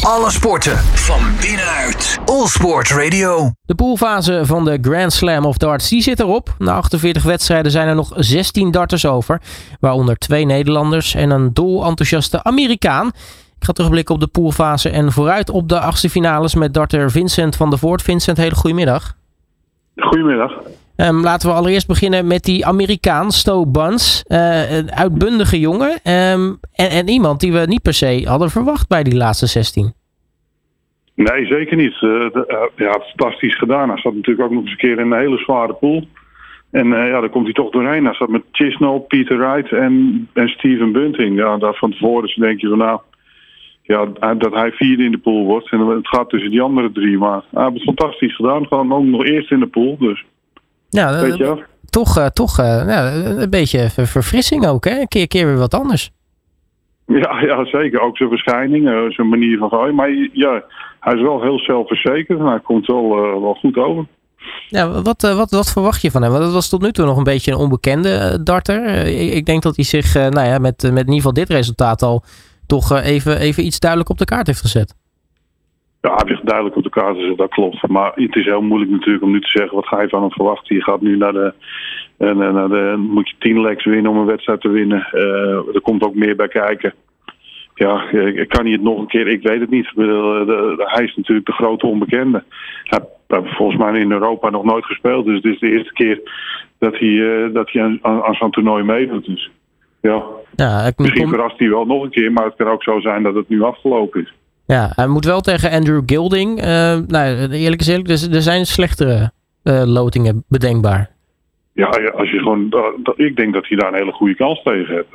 Alle sporten van binnenuit. All Sport Radio. De poolfase van de Grand Slam of Darts die zit erop. Na 48 wedstrijden zijn er nog 16 darters over. Waaronder 2 Nederlanders en een dolenthousiaste Amerikaan. Ik ga terugblikken op de poolfase en vooruit op de achtste finales met darter Vincent van der Voort. Vincent, hele goedemiddag. Goedemiddag. Laten we allereerst beginnen met die Amerikaan, Sto Buns. Een uitbundige jongen. En iemand die we niet per se hadden verwacht bij die laatste 16. Nee, zeker niet. Fantastisch gedaan. Hij zat natuurlijk ook nog eens een keer in een hele zware pool. En daar komt hij toch doorheen. Hij zat met Chisnall, Peter Wright en Steven Bunting. Ja, daar van tevoren denk je van dat hij vierde in de pool wordt. En het gaat tussen die andere 3. Maar hij heeft het fantastisch gedaan. Gewoon ook nog eerst in de pool. Dus. Ja, weet je toch een beetje verfrissing ook, hè? Een keer weer wat anders. Ja, zeker. Ook zijn verschijning, zijn manier van gooien. Maar ja, hij is wel heel zelfverzekerd en hij komt wel goed over. Ja, wat verwacht je van hem? Want dat was tot nu toe nog een beetje een onbekende darter. Ik denk dat hij zich met in ieder geval dit resultaat al toch even iets duidelijk op de kaart heeft gezet. Ja, hij heeft duidelijk op de kaart gezet, dat klopt. Maar het is heel moeilijk natuurlijk om nu te zeggen, wat ga je van hem verwachten? Je gaat nu moet je 10 legs winnen om een wedstrijd te winnen. Er komt ook meer bij kijken. Ja, kan hij het nog een keer? Ik weet het niet. Hij is natuurlijk de grote onbekende. Hij heeft volgens mij in Europa nog nooit gespeeld. Dus dit is de eerste keer dat hij aan zo'n toernooi meedoet. Dus ja, misschien verrast hij wel nog een keer. Maar het kan ook zo zijn dat het nu afgelopen is. Ja, hij moet wel tegen Andrew Gilding. Eerlijk is eerlijk, er zijn slechtere lotingen bedenkbaar. Ja, als je gewoon, ik denk dat hij daar een hele goede kans tegen hebt.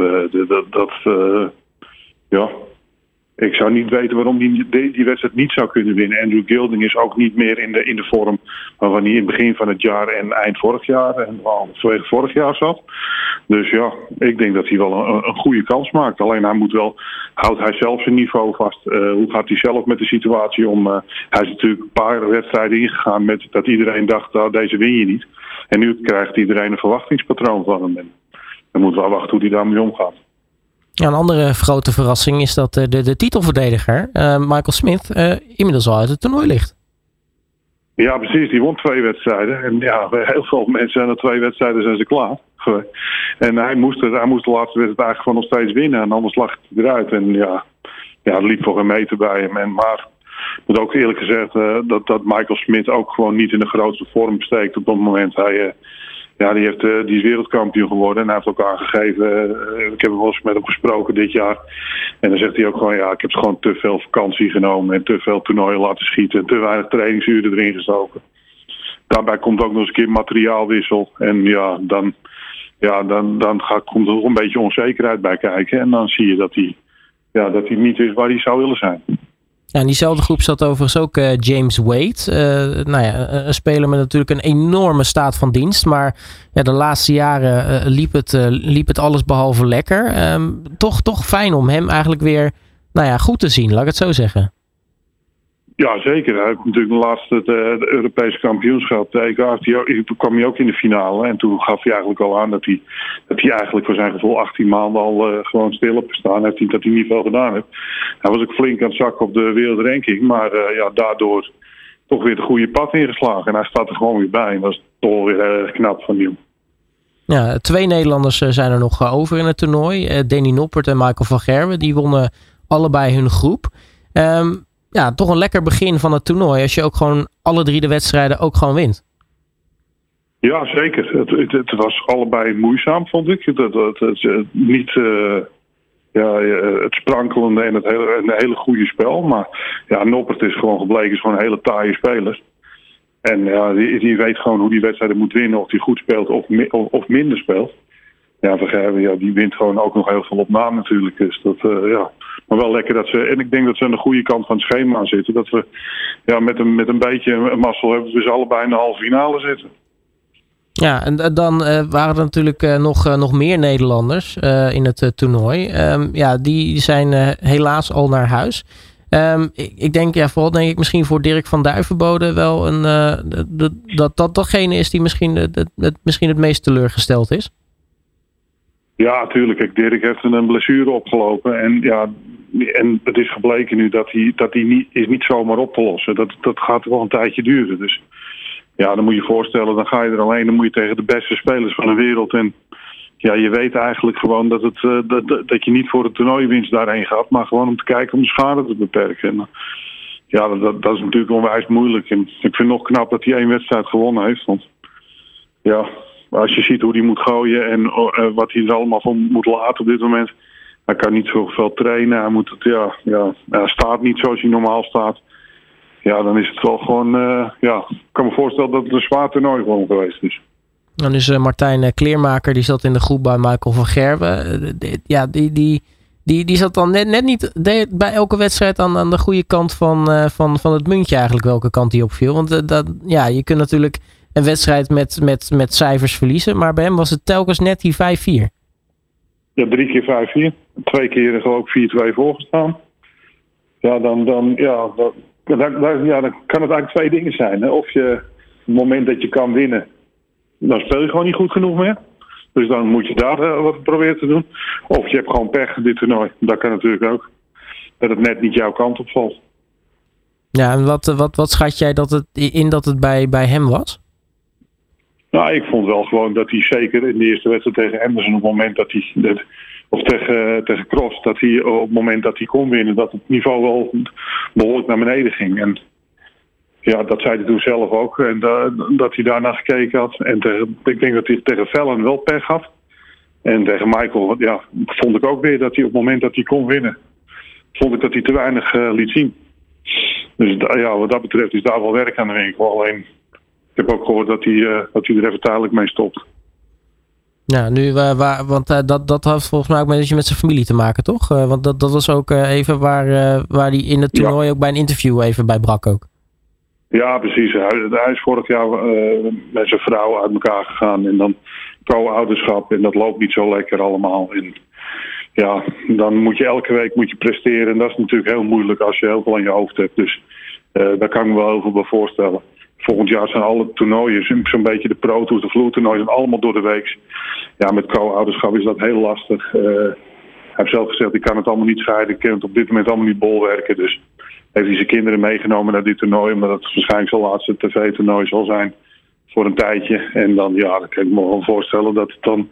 Ik zou niet weten waarom die wedstrijd niet zou kunnen winnen. Andrew Gilding is ook niet meer in de vorm waarvan hij in het begin van het jaar en eind vorig jaar en vorig jaar zat. Dus ja, ik denk dat hij wel een goede kans maakt. Alleen houdt hij zelf zijn niveau vast? Hoe gaat hij zelf met de situatie om? Hij is natuurlijk een paar wedstrijden ingegaan met dat iedereen dacht, deze win je niet. En nu krijgt iedereen een verwachtingspatroon van hem. En dan moeten we wachten hoe hij daarmee omgaat. Ja, een andere grote verrassing is dat de titelverdediger, Michael Smith, inmiddels al uit het toernooi ligt. Ja, precies. Die won 2 wedstrijden. En ja, bij heel veel mensen zijn er 2 wedstrijden zijn ze klaar. En hij moest de laatste wedstrijd eigenlijk gewoon nog steeds winnen. En anders lag hij eruit. En ja, er liep voor een meter bij hem. Maar ik moet ook eerlijk gezegd dat Michael Smith ook gewoon niet in de grootste vorm steekt op dat moment. Die is wereldkampioen geworden en hij heeft ook aangegeven, ik heb wel eens met hem gesproken dit jaar. En dan zegt hij ook gewoon, ik heb gewoon te veel vakantie genomen en te veel toernooien laten schieten. Te weinig trainingsuren erin gestoken. Daarbij komt ook nog eens een keer materiaalwissel. En dan komt er nog een beetje onzekerheid bij kijken. En dan zie je dat hij niet is waar hij zou willen zijn. Ja, in diezelfde groep zat overigens ook James Wade. Een speler met natuurlijk een enorme staat van dienst. Maar de laatste jaren liep het alles behalve lekker. Toch fijn om hem eigenlijk weer goed te zien, laat ik het zo zeggen. Ja, zeker. Hij heeft natuurlijk de laatste de Europese kampioenschap. De EK kwam hij ook in de finale. En toen gaf hij eigenlijk al aan dat hij eigenlijk voor zijn gevoel 18 maanden al gewoon stil op gestaan heeft. Dat hij niet veel gedaan heeft. Hij was ook flink aan het zakken op de wereldranking. Maar daardoor toch weer de goede pad ingeslagen. En hij staat er gewoon weer bij. En dat is toch weer erg knap van hem. Ja, 2 Nederlanders zijn er nog over in het toernooi. Danny Noppert en Michael van Gerwen. Die wonnen allebei hun groep. Toch een lekker begin van het toernooi. Als je ook gewoon alle 3 de wedstrijden ook gewoon wint. Ja, zeker. Het was allebei moeizaam, vond ik. Niet het sprankelende en het hele goede spel. Maar Noppert is gewoon gebleken. Is gewoon een hele taaie speler. En die weet gewoon hoe die wedstrijden moet winnen. Of die goed speelt of minder speelt. Ja, Van Gerwen, die wint gewoon ook nog heel veel op naam natuurlijk. Dus maar wel lekker dat ze... En ik denk dat ze aan de goede kant van het schema zitten. Dat we met een beetje mazzel hebben we ze allebei in de halve finale zitten. Ja, en dan waren er natuurlijk nog meer Nederlanders in het toernooi. Die zijn helaas al naar huis. Ik denk, vooral misschien voor Dirk van Duijvenbode wel datgene is die misschien het meest teleurgesteld is. Ja, natuurlijk. Dirk heeft een blessure opgelopen. En het is gebleken nu dat die niet zomaar op te lossen. Dat gaat wel een tijdje duren. Dus ja, dan moet je je voorstellen, dan ga je er alleen. Dan moet je tegen de beste spelers van de wereld. En ja, je weet eigenlijk gewoon dat je niet voor de toernooiwinst daarheen gaat. Maar gewoon om te kijken om de schade te beperken. En, ja, dat is natuurlijk onwijs moeilijk. En ik vind het nog knap dat hij 1 wedstrijd gewonnen heeft. Want ja, als je ziet hoe hij moet gooien en wat hij er allemaal van moet laten op dit moment. Hij kan niet zoveel trainen. Hij moet hij staat niet zoals hij normaal staat. Ja, dan is het wel gewoon... ik kan me voorstellen dat het een zwaar toernooi gewoon geweest is. Dan is Martijn Kleermaker, die zat in de groep bij Michael van Gerwen. Die zat dan net niet bij elke wedstrijd aan de goede kant van het muntje eigenlijk, welke kant die opviel. Want je kunt natuurlijk een wedstrijd met cijfers verliezen, maar bij hem was het telkens net die 5-4. Ja, 3 keer 5-4. 2 keer geloof ik 4-2 voorgestaan. Ja, dan kan het eigenlijk 2 dingen zijn. Hè? Of je, op het moment dat je kan winnen, dan speel je gewoon niet goed genoeg meer. Dus dan moet je daar wat proberen te doen. Of je hebt gewoon pech dit toernooi. Dat kan natuurlijk ook. Dat het net niet jouw kant op valt. Ja, en wat schat jij dat het bij hem was? Nou, ik vond wel gewoon dat hij zeker in de eerste wedstrijd tegen Anderson, op het moment dat hij... Of tegen Cross, dat hij op het moment dat hij kon winnen, dat het niveau wel behoorlijk naar beneden ging. En ja, dat zei hij toen zelf ook. En dat hij daarna gekeken had. En ik denk dat hij tegen Fallon wel pech had. En tegen Michael, ja, vond ik ook weer dat hij op het moment dat hij kon winnen, vond ik dat hij te weinig liet zien. Dus ja, wat dat betreft is daar wel werk aan de winkel. Alleen, ik heb ook gehoord dat hij er even tijdelijk mee stopt. Ja, nu, want dat had volgens mij ook met zijn familie te maken, toch? Want dat was ook even waar hij in het toernooi ook bij een interview even bij brak ook. Ja, precies. Hij is vorig jaar met zijn vrouw uit elkaar gegaan. En dan co-ouderschap. En dat loopt niet zo lekker allemaal. En ja, dan moet je elke week presteren. En dat is natuurlijk heel moeilijk als je heel veel aan je hoofd hebt. Dus daar kan ik me wel heel veel bij voorstellen. Volgend jaar zijn alle toernooien, zo'n beetje de pro-tours, de vloertoernooien, zijn allemaal door de week. Ja, met co-ouderschap is dat heel lastig. Hij heeft zelf gezegd, ik kan het allemaal niet scheiden. Ik kan het op dit moment allemaal niet bolwerken. Dus heeft hij zijn kinderen meegenomen naar dit toernooi. Omdat het waarschijnlijk zijn laatste tv-toernooi zal zijn voor een tijdje. En dan, ja, dan kan ik me wel voorstellen dat het dan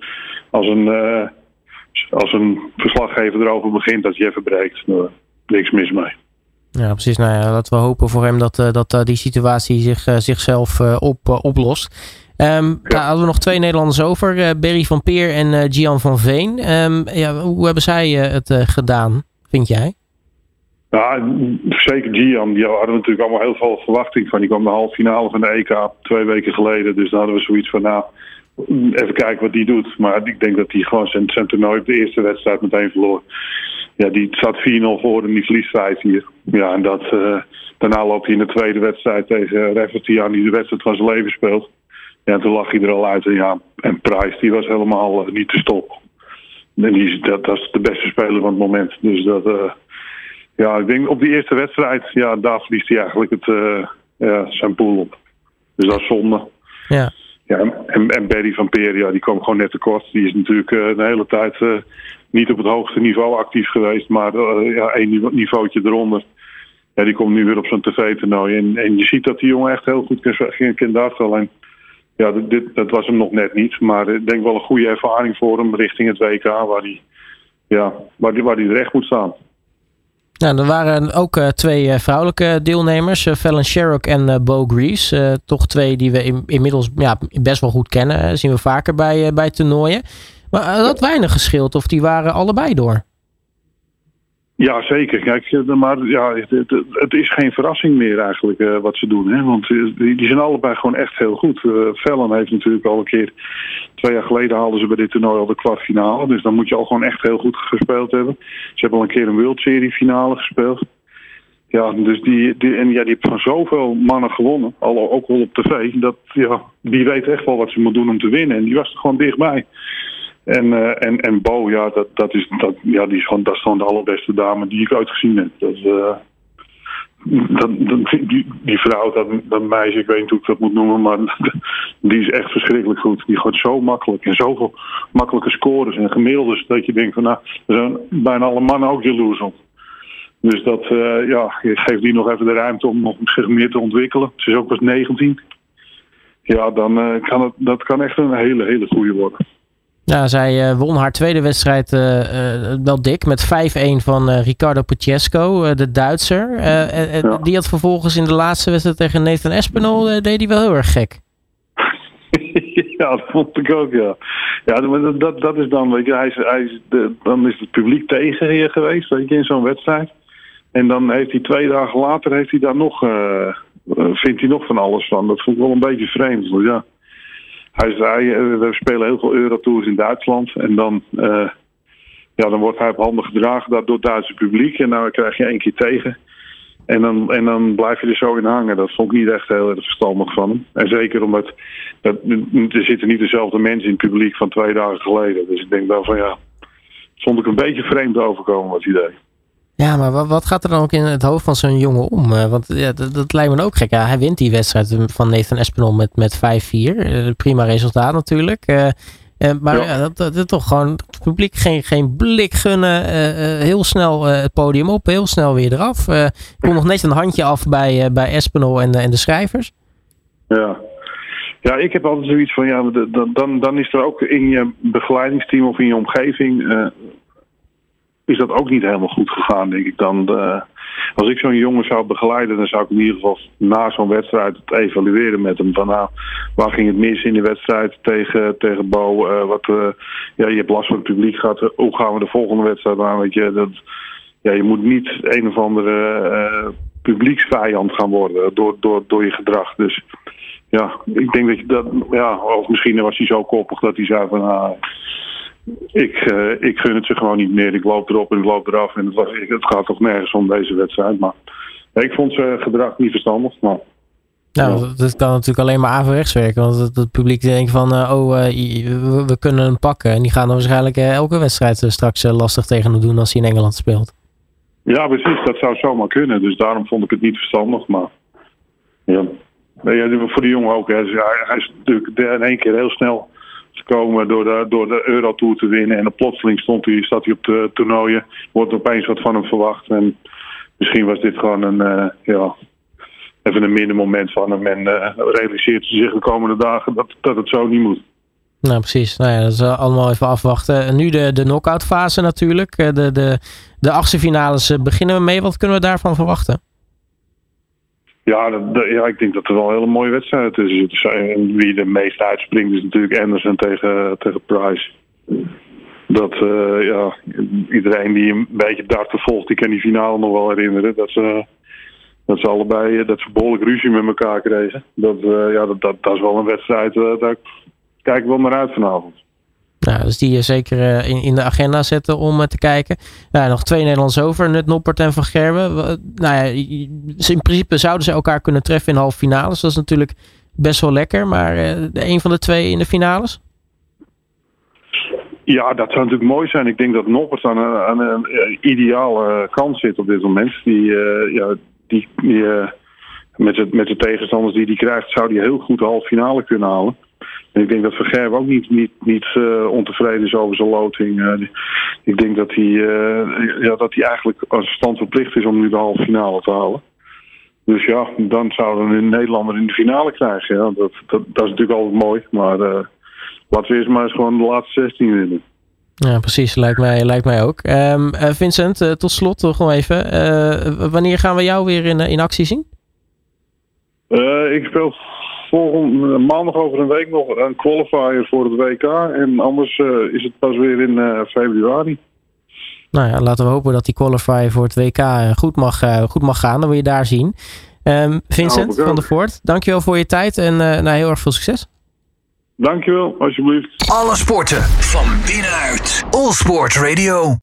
als een verslaggever erover begint, dat je even breekt. Niks mis mee. Ja, precies. Nou ja, laten we hopen voor hem dat die situatie zichzelf oplost. Daar hadden we nog 2 Nederlanders over. Berry van Peer en Gian van Veen. Hoe hebben zij het gedaan, vind jij? Ja, zeker Gian. Die hadden natuurlijk allemaal heel veel verwachting van. Die kwam de halve finale van de EK 2 weken geleden. Dus daar hadden we zoiets van, even kijken wat die doet. Maar ik denk dat hij gewoon zijn toernooi op de eerste wedstrijd meteen verloor. Ja, die staat 4-0 voor en die verliest 5-4. Ja, en daarna loopt hij in de tweede wedstrijd tegen Rafferty aan, die de wedstrijd van zijn leven speelt. Ja, en toen lag hij er al uit. En Price, die was helemaal niet te stoppen. En dat is de beste speler van het moment. Dus ik denk op die eerste wedstrijd, ja, daar verliest hij eigenlijk zijn pool op. Dus dat is zonde. Ja. Ja, en Berry van Peer, ja, die kwam gewoon net tekort. Die is natuurlijk de hele tijd niet op het hoogste niveau actief geweest, maar 1 niveautje eronder. Ja, die komt nu weer op zo'n tv-toernooi. En je ziet dat die jongen echt heel goed kan dartelen. En ja, dat was hem nog net niet. Maar ik denk wel een goede ervaring voor hem richting het WK, waar hij terecht moet staan. Nou, er waren ook 2 vrouwelijke deelnemers, Fallon Sherrock en Bo Greaves. Toch 2 die we inmiddels best wel goed kennen. Dat zien we vaker bij toernooien. Maar dat weinig gescheeld, of die waren allebei door? Ja, zeker. Kijk, maar ja, het is geen verrassing meer eigenlijk wat ze doen. Hè? Want die zijn allebei gewoon echt heel goed. Fallon heeft natuurlijk al een keer, 2 jaar geleden haalden ze bij dit toernooi al de kwartfinale. Dus dan moet je al gewoon echt heel goed gespeeld hebben. Ze hebben al een keer een World Series finale gespeeld. Ja, dus die heeft van zoveel mannen gewonnen, ook wel op tv. Die weet echt wel wat ze moet doen om te winnen. En die was er gewoon dichtbij. En Bo, die is gewoon de allerbeste dame die ik ooit gezien heb. die vrouw, dat meisje, ik weet niet hoe ik dat moet noemen, maar die is echt verschrikkelijk goed. Die gaat zo makkelijk en zoveel makkelijke scores en gemiddeldes dat je denkt van er zijn bijna alle mannen ook jaloers op. Dus dat, je geeft die nog even de ruimte om nog zich meer te ontwikkelen. Ze is ook pas 19. Ja, dan kan echt een hele goede worden. Ja, zij won haar tweede wedstrijd wel dik met 5-1 van Ricardo Pucesco, de Duitser. Die had vervolgens in de laatste wedstrijd tegen Nathan Espinol, deed hij wel heel erg gek. Ja, dat vond ik ook, ja. Ja, maar dat is dan, weet je, dan is het publiek tegen je geweest, weet je, in zo'n wedstrijd. En dan heeft hij 2 dagen later, vindt hij nog van alles van. Dat vond ik wel een beetje vreemd, ja. We spelen heel veel Eurotours in Duitsland. En dan wordt hij op handen gedragen door het Duitse publiek. En dan krijg je 1 keer tegen. En dan blijf je er zo in hangen. Dat vond ik niet echt heel erg verstandig van hem. En zeker omdat er zitten niet dezelfde mensen in het publiek van 2 dagen geleden. Dus ik denk wel van het vond ik een beetje vreemd overkomen wat hij deed. Ja, maar wat gaat er dan ook in het hoofd van zo'n jongen om? Want dat lijkt me ook gek. Ja, hij wint die wedstrijd van Nathan Espinol met 5-4. Prima resultaat natuurlijk. Maar dat toch gewoon het publiek geen blik gunnen. Heel snel het podium op, heel snel weer eraf. Komt nog net een handje af bij Espinol en de schrijvers. Ja. Ja, ik heb altijd zoiets van, dan is er ook in je begeleidingsteam of in je omgeving... is dat ook niet helemaal goed gegaan, denk ik dan. Als ik zo'n jongen zou begeleiden, dan zou ik in ieder geval na zo'n wedstrijd het evalueren met hem. Van waar ging het mis in de wedstrijd tegen Bo? Je hebt last van het publiek gehad. Hoe gaan we de volgende wedstrijd aan? Weet je, je moet niet een of andere publieksvijand gaan worden door je gedrag. Dus ja, ik denk dat je dat... Ja, of misschien was hij zo koppig dat hij zei van... Ik gun het ze gewoon niet meer. Ik loop erop en ik loop eraf. En het gaat toch nergens om deze wedstrijd. Maar ik vond zijn gedrag niet verstandig. Maar, dat kan natuurlijk alleen maar averechts werken. Want het publiek denkt van... we kunnen hem pakken. En die gaan dan waarschijnlijk elke wedstrijd straks lastig tegen hem doen... als hij in Engeland speelt. Ja, precies. Dat zou zomaar kunnen. Dus daarom vond ik het niet verstandig. Maar voor die jongen ook. Hè. Hij is natuurlijk in 1 keer heel snel... komen door de Eurotour te winnen. En dan plotseling staat hij op de toernooien. Wordt opeens wat van hem verwacht. En misschien was dit gewoon even een minder moment van hem. En realiseert hij zich de komende dagen dat het zo niet moet. Nou, precies. Dat is allemaal even afwachten. En nu de knock-out fase natuurlijk. De achtste finales beginnen we mee. Wat kunnen we daarvan verwachten? Ja, ik denk dat er wel een hele mooie wedstrijd is. Wie de meest uitspringt is natuurlijk Anderson tegen Price. Iedereen die een beetje darten volgt, die kan die finale nog wel herinneren. Dat ze allebei behoorlijk ruzie met elkaar kregen. Dat is wel een wedstrijd, daar kijk ik wel naar uit vanavond. Nou, dus die zeker in de agenda zetten om te kijken. Nog 2 Nederlanders over. Nut Noppert en Van Gerwen. In principe zouden ze elkaar kunnen treffen in halve finales. Dat is natuurlijk best wel lekker. Maar een van de 2 in de finales? Ja, dat zou natuurlijk mooi zijn. Ik denk dat Noppert aan een ideale kant zit op dit moment. Met de tegenstanders die hij krijgt, zou hij heel goed de halve finale kunnen halen. En ik denk dat Van Gerwen ook niet ontevreden is over zijn loting. Ik denk dat hij eigenlijk als stand verplicht is om nu de halve finale te halen. Dus dan zouden we een Nederlander in de finale krijgen. Ja. Dat is natuurlijk altijd mooi. Maar laten we eerst maar eens gewoon de laatste 16 winnen. Ja, precies. Lijkt mij ook. Vincent, tot slot nog even. Wanneer gaan we jou weer in actie zien? Ik speel volgende maandag over een week nog een qualifier voor het WK. En anders is het pas weer in februari. Nou ja, laten we hopen dat die qualifier voor het WK goed mag gaan. Dan wil je daar zien. Vincent van der Voort, dankjewel voor je tijd en heel erg veel succes. Dankjewel, alsjeblieft. Alle sporten van binnenuit. All Sport Radio.